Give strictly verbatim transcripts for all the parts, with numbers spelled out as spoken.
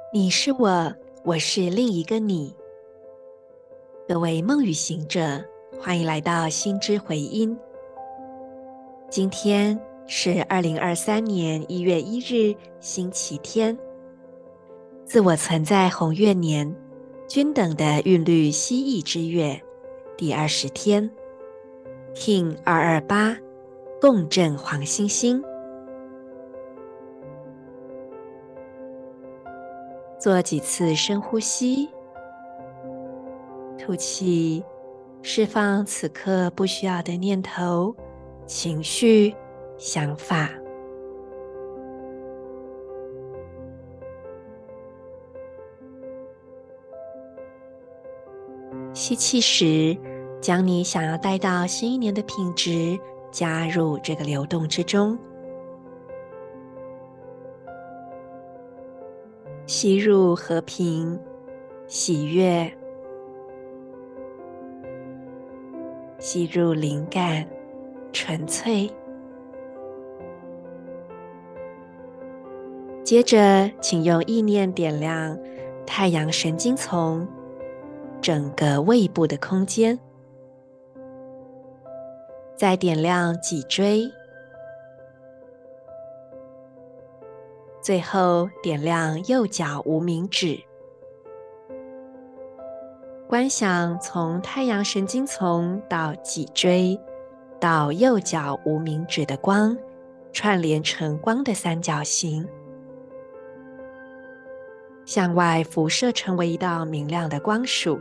你是我，我是另一个你。各位梦语行者，欢迎来到心之回音。今天是二零二三年一月一日，星期天。自我存在红月年，均等的韵律蜥蜴之月，第二十天 ，King 二二八，共振黄星星。做几次深呼吸，吐气，释放此刻不需要的念头、情绪、想法。吸气时，将你想要带到新一年的品质加入这个流动之中。吸入和平、喜悦，吸入灵感、纯粹。接着，请用意念点亮太阳神经丛，整个胃部的空间，再点亮脊椎，最后点亮右脚无名指。观想从太阳神经丛到脊椎到右脚无名指的光，串联成光的三角形，向外辐射成为一道明亮的光束。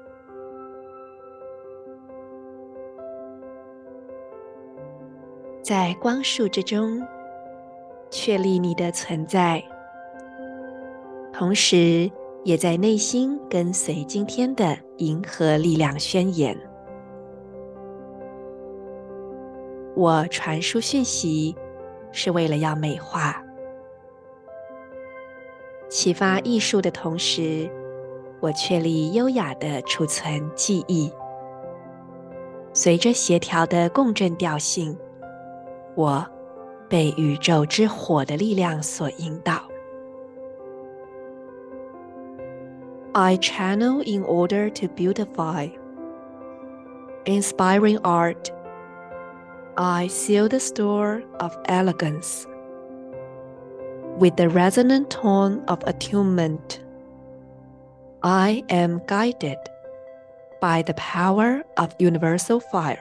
在光束之中，确立你的存在，同时也在内心跟随今天的银河力量宣言。我传输讯息是为了要美化、启发艺术的同时，我确立优雅的储存记忆。随着协调的共振调性，我被宇宙之火的力量所引导。I channel in order to beautify, inspiring art. I seal the store of elegance with the resonant tone of attunement. I am guided by the power of universal fire.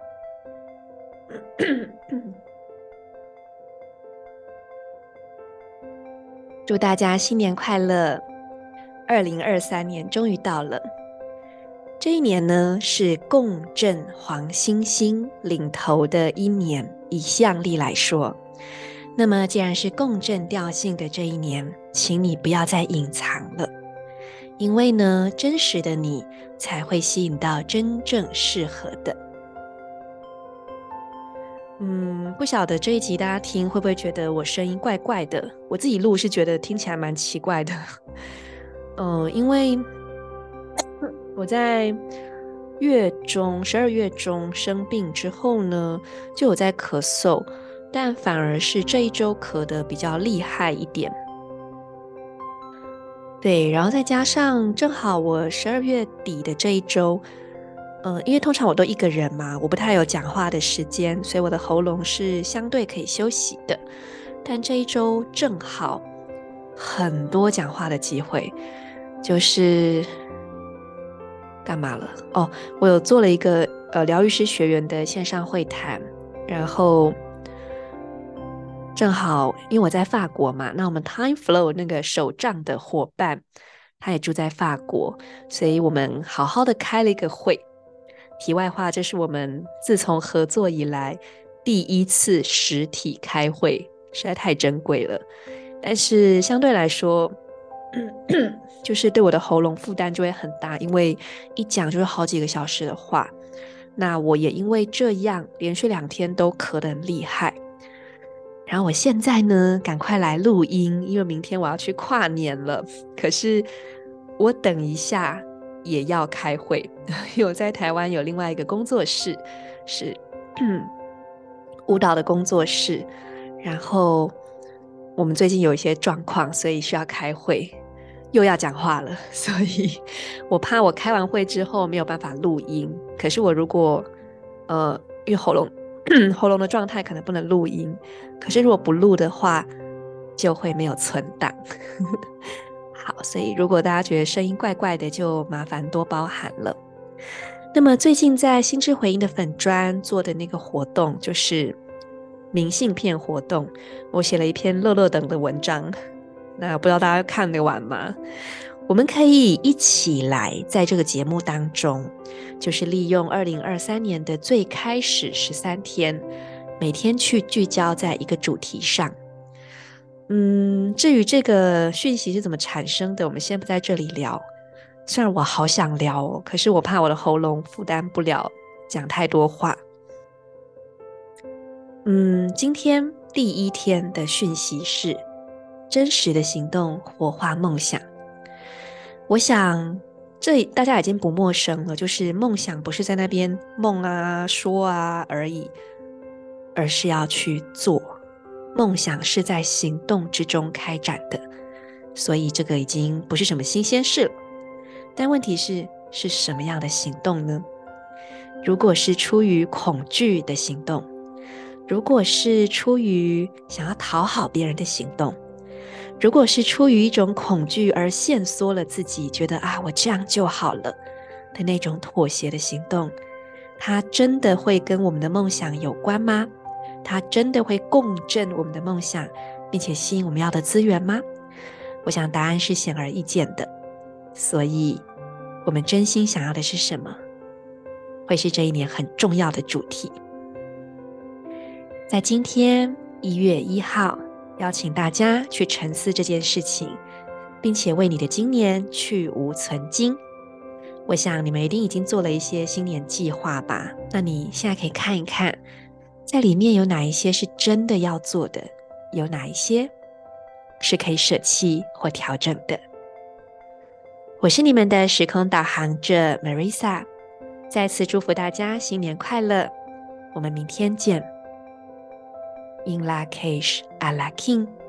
祝大家新年快乐！二零二三年终于到了，这一年呢是共振黄星星领头的一年，以象力来说。那么既然是共振调性的这一年，请你不要再隐藏了，因为呢，真实的你才会吸引到真正适合的。嗯，不晓得这一集大家听会不会觉得我声音怪怪的？我自己录是觉得听起来蛮奇怪的。嗯，因为我在月中十二月中生病之后呢，就有在咳嗽，但反而是这一周咳得比较厉害一点。对，然后再加上正好我十二月底的这一周，呃，因为通常我都一个人嘛，我不太有讲话的时间，所以我的喉咙是相对可以休息的。但这一周正好很多讲话的机会，就是干嘛了？哦，我有做了一个呃疗愈师学员的线上会谈，然后正好因为我在法国嘛，那我们 Time Flow 那个手账的伙伴，他也住在法国，所以我们好好的开了一个会。题外话，这是我们自从合作以来第一次实体开会，实在太珍贵了。但是相对来说，就是对我的喉咙负担就会很大，因为一讲就是好几个小时的话。那我也因为这样，连续两天都咳得很厉害。然后我现在呢，赶快来录音，因为明天我要去跨年了。可是我等一下也要开会，因为我在台湾有另外一个工作室，是舞蹈的工作室，然后我们最近有一些状况，所以需要开会。 又要讲话了，所以我怕我开完会之后没有办法录音。可是我如果呃，因为喉咙喉咙的状态可能不能录音，可是如果不录的话，就会没有存档。好，所以如果大家觉得声音怪怪的，就麻烦多包涵了。那么最近在心之回音的粉专做的那个活动，就是明信片活动，我写了一篇乐乐等的文章，那不知道大家看得完吗？我们可以一起来在这个节目当中，就是利用二零二三年的最开始十三天，每天去聚焦在一个主题上。嗯，至于这个讯息是怎么产生的，我们先不在这里聊。虽然我好想聊哦，可是我怕我的喉咙负担不了讲太多话。嗯，今天第一天的讯息是真实的行动活化梦想。我想这大家已经不陌生了，就是梦想不是在那边梦啊说啊而已，而是要去做。梦想是在行动之中开展的，所以这个已经不是什么新鲜事了。但问题是，是什么样的行动呢？如果是出于恐惧的行动，如果是出于想要讨好别人的行动，如果是出于一种恐惧而限缩了自己，觉得啊，我这样就好了的那种妥协的行动，它真的会跟我们的梦想有关吗？它真的会共振我们的梦想，并且吸引我们要的资源吗？我想答案是显而易见的。所以，我们真心想要的是什么，会是这一年很重要的主题。在今天一月一号，邀请大家去沉思这件事情，并且为你的今年去无存菁。我想你们一定已经做了一些新年计划吧？那你现在可以看一看，在里面有哪一些是真的要做的，有哪一些是可以舍弃或调整的。我是你们的时空导航者 Marisa， 再次祝福大家新年快乐，我们明天见。In la cage à la king。